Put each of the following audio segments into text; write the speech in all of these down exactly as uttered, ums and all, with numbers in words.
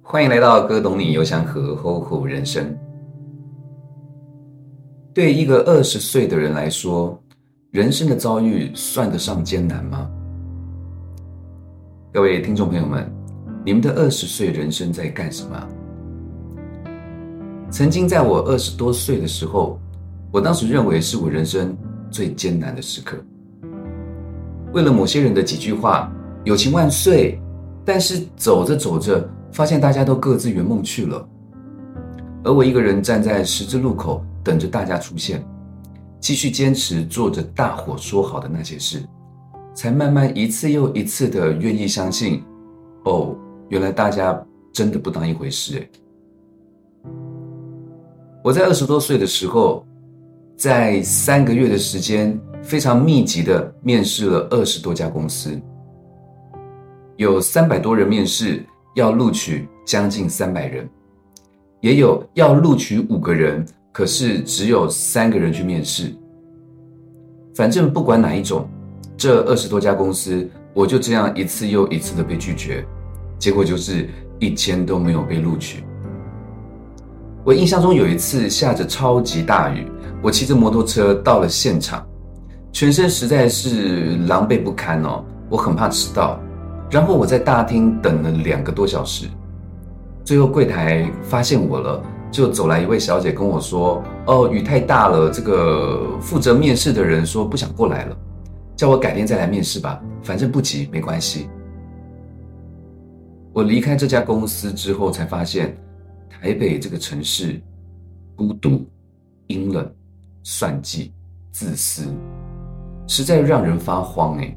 欢迎来到哥懂你游祥和吼吼人生。对一个二十岁的人来说，人生的遭遇算得上艰难吗？各位听众朋友们，你们的二十岁人生在干什么？曾经在我二十多岁的时候，我当时认为是我人生最艰难的时刻。为了某些人的几句话，友情万岁，但是走着走着，发现大家都各自圆梦去了，而我一个人站在十字路口等着大家出现，继续坚持做着大伙说好的那些事，才慢慢一次又一次的愿意相信，哦，原来大家真的不当一回事诶。我在二十多岁的时候，在三个月的时间，非常密集的面试了二十多家公司，有三百多人面试，要录取将近三百人，也有要录取五个人，可是只有三个人去面试。反正不管哪一种，这二十多家公司，我就这样一次又一次的被拒绝，结果就是一间都没有被录取。我印象中有一次下着超级大雨，我骑着摩托车到了现场，全身实在是狼狈不堪哦，我很怕迟到。然后我在大厅等了两个多小时，最后柜台发现我了，就走来一位小姐跟我说，哦，雨太大了，这个负责面试的人说不想过来了，叫我改天再来面试吧，反正不急，没关系。我离开这家公司之后才发现，台北这个城市孤独、阴冷、算计、自私，实在让人发慌诶。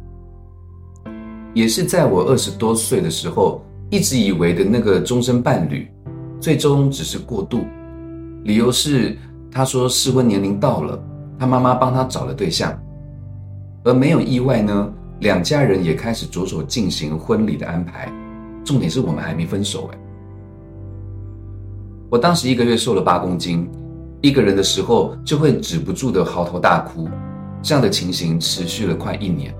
也是在我二十多岁的时候，一直以为的那个终身伴侣，最终只是过渡。理由是他说适婚年龄到了，他妈妈帮他找了对象。而没有意外呢，两家人也开始着手进行婚礼的安排。重点是我们还没分手诶。我当时一个月瘦了八公斤，一个人的时候就会止不住的嚎啕大哭，这样的情形持续了快一年。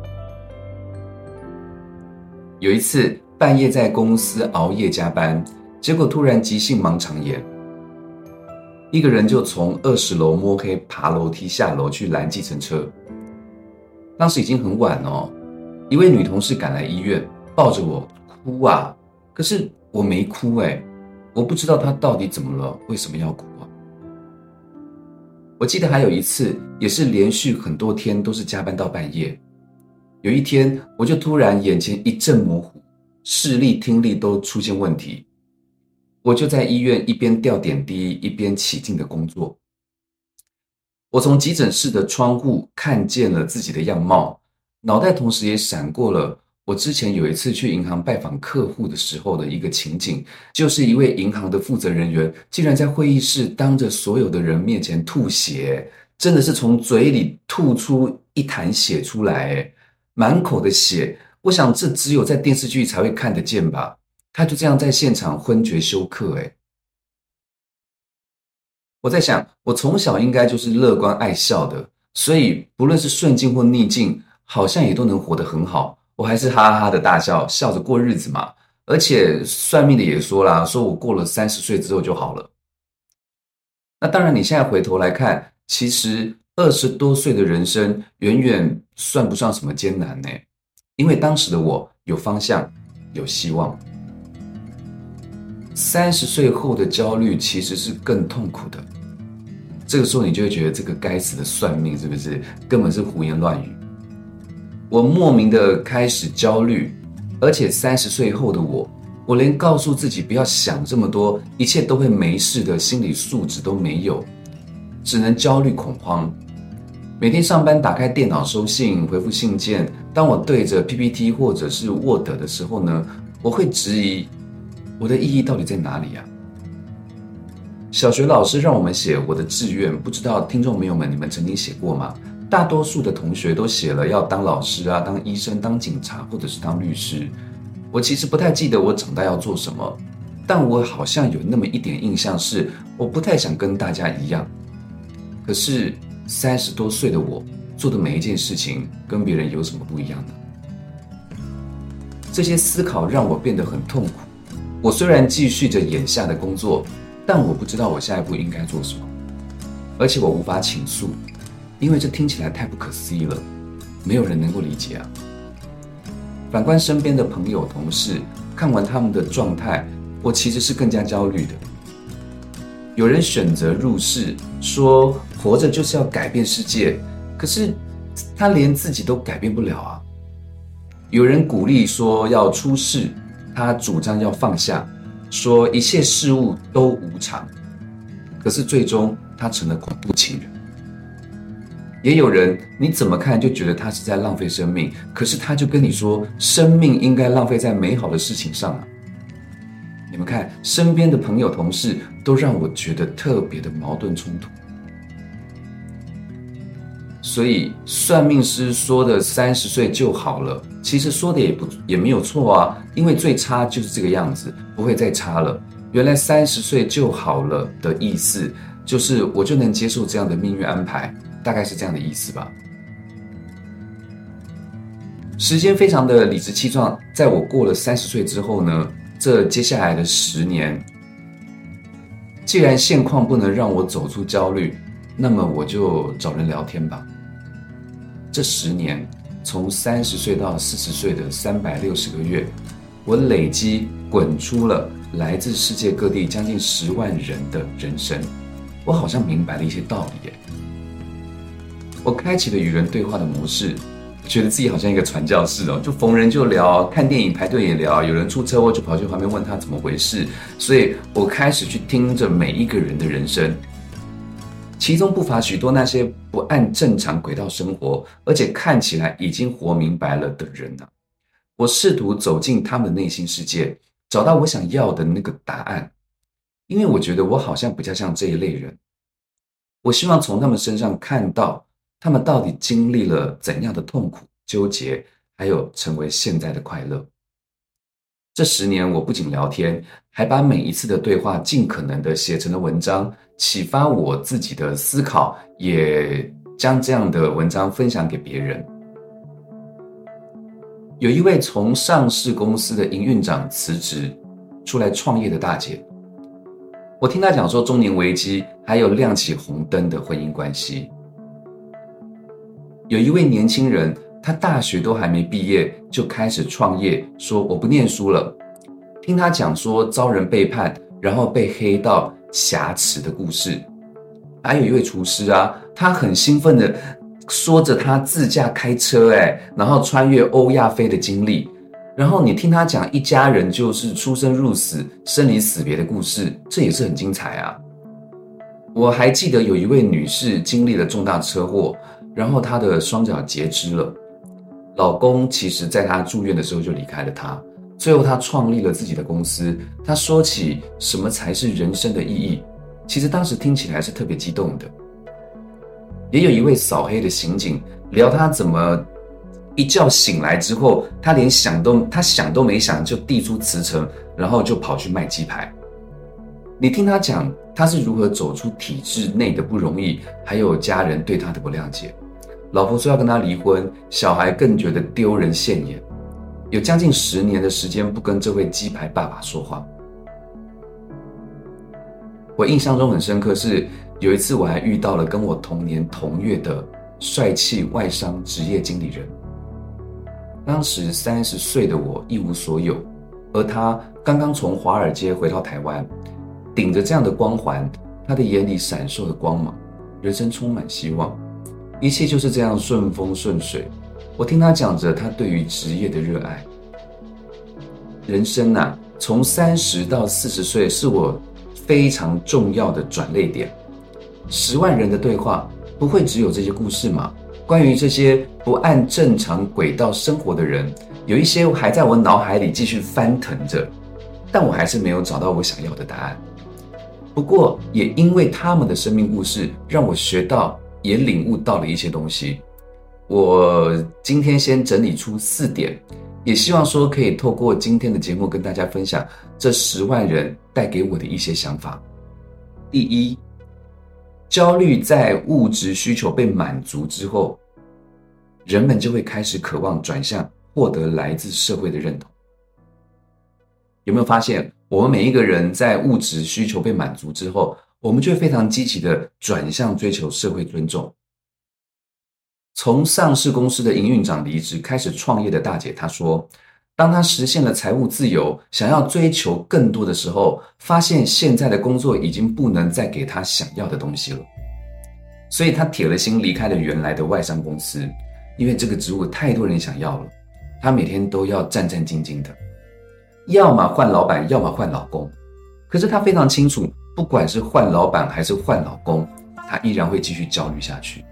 有一次半夜在公司熬夜加班，结果突然急性盲肠炎，一个人就从二十楼摸黑爬楼梯下楼去拦计程车。当时已经很晚哦，一位女同事赶来医院，抱着我哭啊，可是我没哭诶，我不知道她到底怎么了，为什么要哭啊？我记得还有一次，也是连续很多天都是加班到半夜。有一天，我就突然眼前一阵模糊，视力、听力都出现问题。我就在医院一边吊点滴，一边起劲的工作。我从急诊室的窗户看见了自己的样貌，脑袋同时也闪过了我之前有一次去银行拜访客户的时候的一个情景，就是一位银行的负责人员竟然在会议室当着所有的人面前吐血，真的是从嘴里吐出一潭血出来，满口的血，我想这只有在电视剧才会看得见吧。他就这样在现场昏厥休克诶。我在想，我从小应该就是乐观爱笑的，所以不论是顺境或逆境，好像也都能活得很好。我还是哈哈哈的大笑，笑着过日子嘛。而且算命的也说啦，说我过了三十岁之后就好了。那当然你现在回头来看，其实二十多岁的人生远远算不上什么艰难呢，因为当时的我有方向，有希望。三十岁后的焦虑其实是更痛苦的，这个时候你就会觉得这个该死的算命是不是根本是胡言乱语。我莫名的开始焦虑，而且三十岁后的我，我连告诉自己不要想这么多，一切都会没事的心理素质都没有，只能焦虑恐慌。每天上班打开电脑收信回复信件，当我对着 P P T 或者是 Word 的时候呢，我会质疑我的意义到底在哪里啊？小学老师让我们写我的志愿，不知道听众朋友们你们曾经写过吗？大多数的同学都写了要当老师啊，当医生，当警察，或者是当律师。我其实不太记得我长大要做什么，但我好像有那么一点印象是，我不太想跟大家一样。可是三十多岁的我做的每一件事情跟别人有什么不一样呢？这些思考让我变得很痛苦， 我虽然继续着眼下的工作，但我不知道我下一步应该做什么，而且我无法倾诉，因为这听起来太不可思议了，没有人能够理解啊。反观身边的朋友同事，看完他们的状态，我其实是更加焦虑的。有人选择入世，说活着就是要改变世界，可是他连自己都改变不了啊。有人鼓励说要出世，他主张要放下，说一切事物都无常，可是最终他成了恐怖情人。也有人你怎么看就觉得他是在浪费生命，可是他就跟你说生命应该浪费在美好的事情上啊。你们看，身边的朋友同事都让我觉得特别的矛盾冲突。所以算命师说的三十岁就好了，其实说的也不也没有错啊，因为最差就是这个样子，不会再差了。原来三十岁就好了的意思，就是我就能接受这样的命运安排，大概是这样的意思吧。时间非常的理直气壮，在我过了三十岁之后呢，这接下来的十年，既然现况不能让我走出焦虑，那么我就找人聊天吧。这十年，从三十岁到四十岁的三百六十个月，我累积滚出了来自世界各地将近十万人的人生。我好像明白了一些道理耶。我开启了与人对话的模式，觉得自己好像一个传教士哦，就逢人就聊，看电影排队也聊，有人出车祸就跑去旁边问他怎么回事。所以我开始去听着每一个人的人生，其中不乏许多那些不按正常轨道生活，而且看起来已经活明白了的人啊。我试图走进他们的内心世界，找到我想要的那个答案，因为我觉得我好像比较像这一类人。我希望从他们身上看到他们到底经历了怎样的痛苦、纠结，还有成为现在的快乐。这十年，我不仅聊天，还把每一次的对话尽可能的写成了文章，启发我自己的思考，也将这样的文章分享给别人。有一位从上市公司的营运长辞职出来创业的大姐，我听她讲说中年危机，还有亮起红灯的婚姻关系。有一位年轻人，他大学都还没毕业就开始创业，说我不念书了。听他讲说遭人背叛，然后被黑到挟持的故事。还有一位厨师啊，他很兴奋的说着他自驾开车诶，然后穿越欧亚非的经历。然后你听他讲一家人就是出生入死、生离死别的故事，这也是很精彩啊。我还记得有一位女士经历了重大车祸，然后她的双脚截肢了，老公其实在她住院的时候就离开了她，最后她创立了自己的公司。她说起什么才是人生的意义，其实当时听起来是特别激动的。也有一位扫黑的刑警聊他怎么一觉醒来之后，他连想都他想都没想就递出辞呈，然后就跑去卖鸡排。你听他讲他是如何走出体制内的不容易，还有家人对他的不谅解，老婆说要跟他离婚，小孩更觉得丢人现眼，有将近十年的时间不跟这位鸡排爸爸说话。我印象中很深刻是有一次我还遇到了跟我同年同月的帅气外商职业经理人。当时三十岁的我一无所有，而他刚刚从华尔街回到台湾，顶着这样的光环，他的眼里闪烁的光芒，人生充满希望，一切就是这样顺风顺水。我听他讲着他对于职业的热爱。人生啊，从三十到四十岁是我非常重要的转捩点。十万人的对话不会只有这些故事吗？关于这些不按正常轨道生活的人，有一些还在我脑海里继续翻腾着，但我还是没有找到我想要的答案。不过也因为他们的生命故事，让我学到也领悟到了一些东西。我今天先整理出四点，也希望说可以透过今天的节目跟大家分享这十万人带给我的一些想法。第一，焦虑在物质需求被满足之后，人们就会开始渴望转向获得来自社会的认同。有没有发现， 我们每一个人在物质需求被满足之后，我们就会非常积极的转向追求社会尊重。从上市公司的营运长离职开始创业的大姐，她说，当她实现了财务自由，想要追求更多的时候，发现现在的工作已经不能再给她想要的东西了。所以她铁了心离开了原来的外商公司，因为这个职务太多人想要了，她每天都要战战兢兢的，要么换老板，要么换老公。可是她非常清楚，不管是换老板还是换老公，她依然会继续焦虑下去。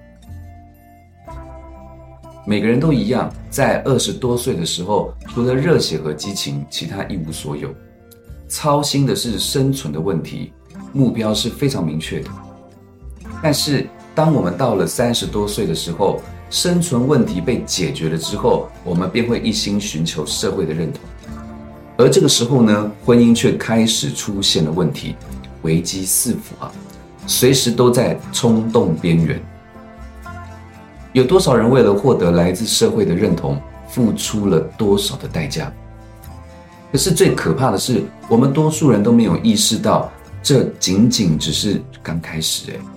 每个人都一样，在二十多岁的时候，除了热血和激情，其他一无所有。操心的是生存的问题，目标是非常明确的。但是当我们到了三十多岁的时候，生存问题被解决了之后，我们便会一心寻求社会的认同。而这个时候呢，婚姻却开始出现了问题，危机四伏啊，随时都在冲动边缘。有多少人为了获得来自社会的认同，付出了多少的代价？可是最可怕的是，我们多数人都没有意识到，这仅仅只是刚开始诶。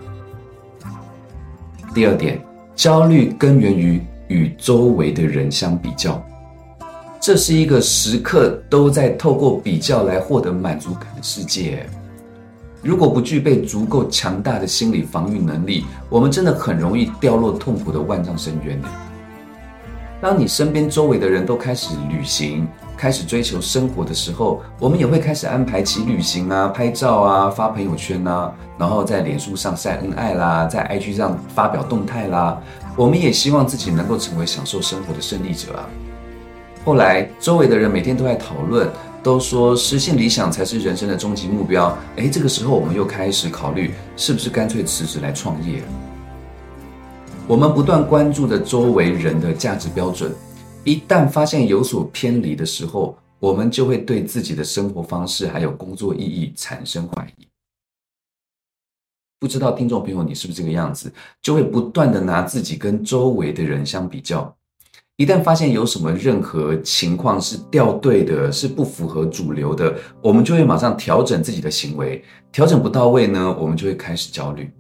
第二点，焦虑根源于与周围的人相比较。这是一个时刻都在透过比较来获得满足感的世界。如果不具备足够强大的心理防御能力，我们真的很容易掉落痛苦的万丈深渊。当你身边周围的人都开始旅行，开始追求生活的时候，我们也会开始安排起旅行啊、拍照啊、发朋友圈啊，然后在脸书上晒恩爱啦，在 I G 上发表动态啦。我们也希望自己能够成为享受生活的胜利者啊。后来周围的人每天都在讨论，都说实现理想才是人生的终极目标。诶，这个时候我们又开始考虑，是不是干脆辞职来创业。我们不断关注的周围人的价值标准，一旦发现有所偏离的时候，我们就会对自己的生活方式还有工作意义产生怀疑。不知道听众朋友你是不是这个样子，就会不断的拿自己跟周围的人相比较。一旦发现有什么任何情况是掉队的，是不符合主流的，我们就会马上调整自己的行为，调整不到位呢，我们就会开始焦虑。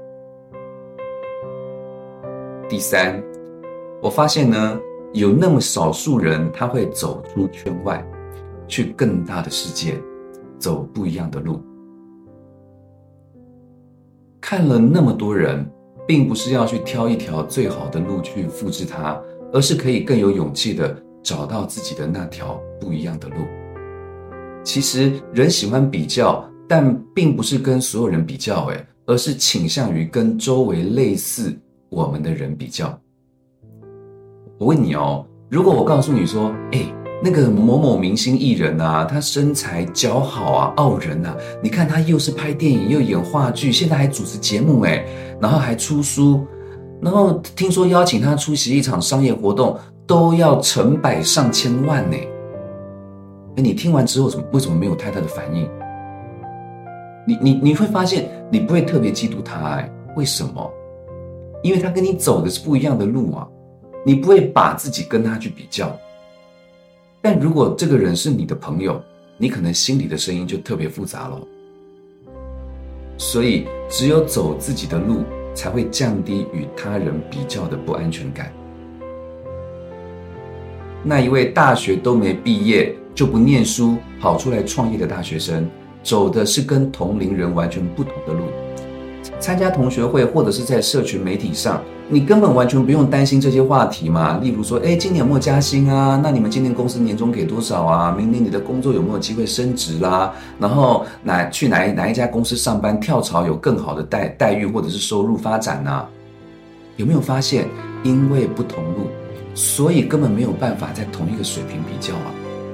第三，我发现呢，有那么少数人他会走出圈外，去更大的世界，走不一样的路。看了那么多人，并不是要去挑一条最好的路去复制它，而是可以更有勇气的找到自己的那条不一样的路。其实人喜欢比较，但并不是跟所有人比较，而是倾向于跟周围类似我们的人比较。我问你哦，如果我告诉你说，哎，那个某某明星艺人啊，他身材姣好啊，傲人啊，你看他又是拍电影又演话剧，现在还主持节目，哎，然后还出书，然后听说邀请他出席一场商业活动都要成百上千万呢。哎，你听完之后为什么没有太大的反应？你你你会发现你不会特别嫉妒他，哎，为什么？因为他跟你走的是不一样的路啊，你不会把自己跟他去比较。但如果这个人是你的朋友，你可能心里的声音就特别复杂了。所以只有走自己的路，才会降低与他人比较的不安全感。那一位大学都没毕业就不念书跑出来创业的大学生，走的是跟同龄人完全不同的路。参加同学会或者是在社群媒体上，你根本完全不用担心这些话题嘛。例如说，哎，今年有没有加薪啊？那你们今年公司年终给多少啊？明年你的工作有没有机会升职啦？然后哪去哪一哪一家公司上班，跳槽有更好的待待遇或者是收入发展啊？有没有发现，因为不同路，所以根本没有办法在同一个水平比较啊？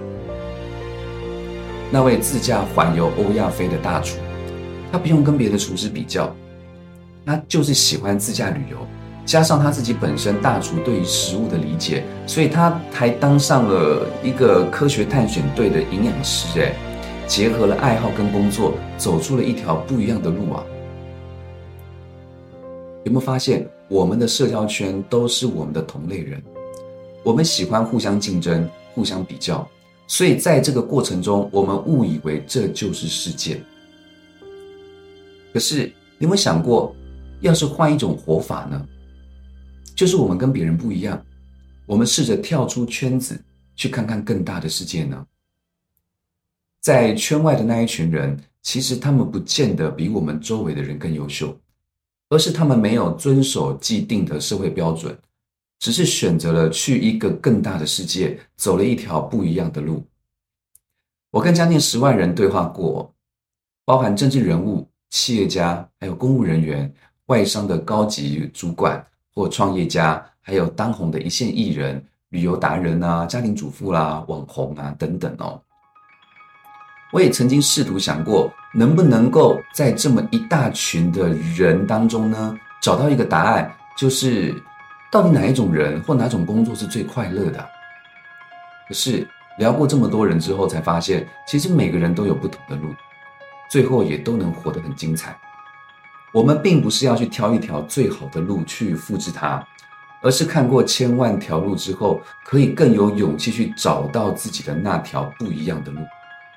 那位自驾环游欧亚非的大厨，他不用跟别的厨师比较，他就是喜欢自驾旅游，加上他自己本身大厨对于食物的理解，所以他还当上了一个科学探险队的营养师，哎，结合了爱好跟工作，走出了一条不一样的路啊！有没有发现，我们的社交圈都是我们的同类人，我们喜欢互相竞争、互相比较， 所以在这个过程中，我们误以为这就是世界。可是你有没有想过，要是换一种活法呢？就是我们跟别人不一样，我们试着跳出圈子，去看看更大的世界呢？在圈外的那一群人，其实他们不见得比我们周围的人更优秀，而是他们没有遵守既定的社会标准，只是选择了去一个更大的世界，走了一条不一样的路。我跟将近十万人对话过，包含政治人物、企业家，还有公务人员、外商的高级主管或创业家，还有当红的一线艺人、旅游达人啊、家庭主妇啦、啊、网红啊等等哦。我也曾经试图想过，能不能够在这么一大群的人当中呢，找到一个答案，就是到底哪一种人或哪种工作是最快乐的啊？可是聊过这么多人之后，才发现，其实每个人都有不同的路，最后也都能活得很精彩。我们并不是要去挑一条最好的路去复制它，而是看过千万条路之后，可以更有勇气去找到自己的那条不一样的路。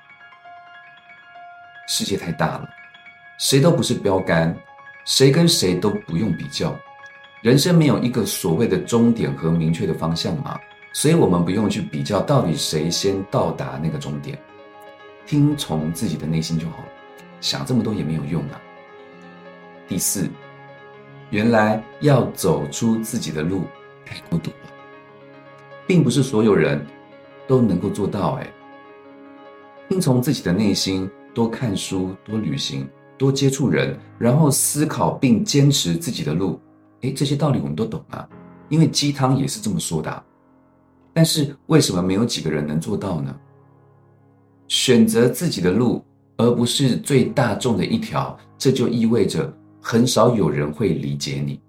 世界太大了，谁都不是标杆，谁跟谁都不用比较。人生没有一个所谓的终点和明确的方向嘛，所以我们不用去比较到底谁先到达那个终点，听从自己的内心就好了，想这么多也没有用啊。第四，原来要走出自己的路太孤独了，并不是所有人都能够做到诶。听从自己的内心，多看书，多旅行，多接触人，然后思考并坚持自己的路。诶，这些道理我们都懂啊，因为鸡汤也是这么说的啊。但是为什么没有几个人能做到呢？选择自己的路，而不是最大众的一条，这就意味着很少有人会理解你。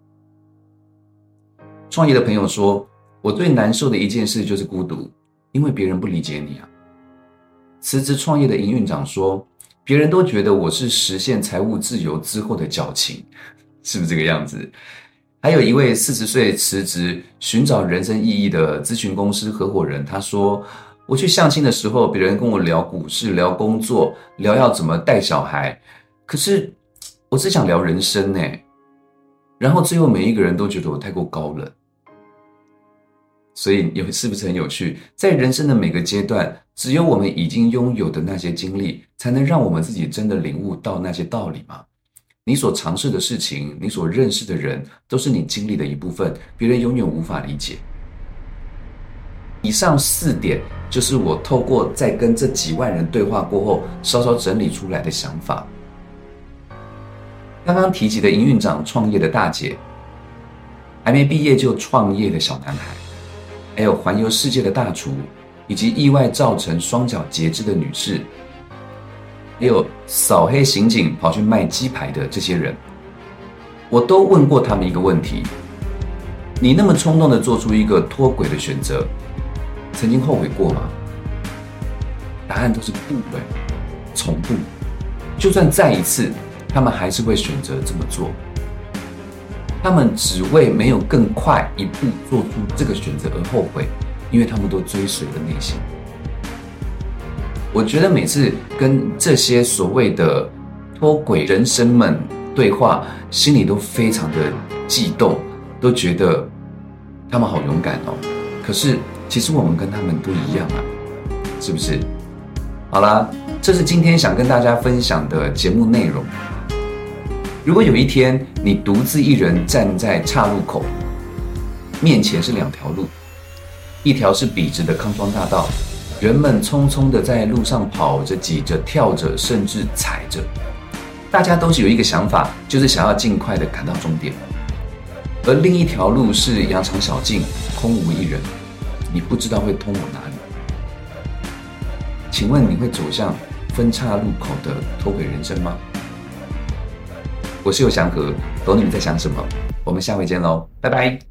创业的朋友说，我最难受的一件事就是孤独，因为别人不理解你啊。辞职创业的营运长说，别人都觉得我是实现财务自由之后的矫情，是不是这个样子？还有一位四十岁辞职寻找人生意义的咨询公司合伙人，他说，我去相亲的时候，别人跟我聊股市，聊工作，聊要怎么带小孩，可是我只想聊人生呢。然后最后每一个人都觉得我太过高冷。所以有是不是很有趣？在人生的每个阶段，只有我们已经拥有的那些经历，才能让我们自己真的领悟到那些道理嘛。你所尝试的事情，你所认识的人，都是你经历的一部分，别人永远无法理解。以上四点就是我透过在跟这几万人对话过后，稍稍整理出来的想法。刚刚提及的营运长创业的大姐，还没毕业就创业的小男孩，还有环游世界的大厨，以及意外造成双脚截肢的女士，还有扫黑刑警跑去卖鸡排的这些人，我都问过他们一个问题：你那么冲动地做出一个脱轨的选择，曾经后悔过吗？答案都是不的，从不。就算再一次，他们还是会选择这么做。他们只为没有更快一步做出这个选择而后悔，因为他们都追随了内心。我觉得每次跟这些所谓的脱轨人生们对话，心里都非常的悸动，都觉得他们好勇敢哦。可是其实我们跟他们都一样啊，是不是？好啦，这是今天想跟大家分享的节目内容。如果有一天你独自一人站在岔路口，面前是两条路，一条是笔直的康庄大道，人们匆匆的在路上跑着、挤着、跳着，甚至踩着，大家都是有一个想法，就是想要尽快的赶到终点。而另一条路是羊肠小径，空无一人，你不知道会通往哪里。请问你会走向分岔路口的脱轨人生吗？我是尤祥和，懂你们在想什么。我们下回见喽，拜拜。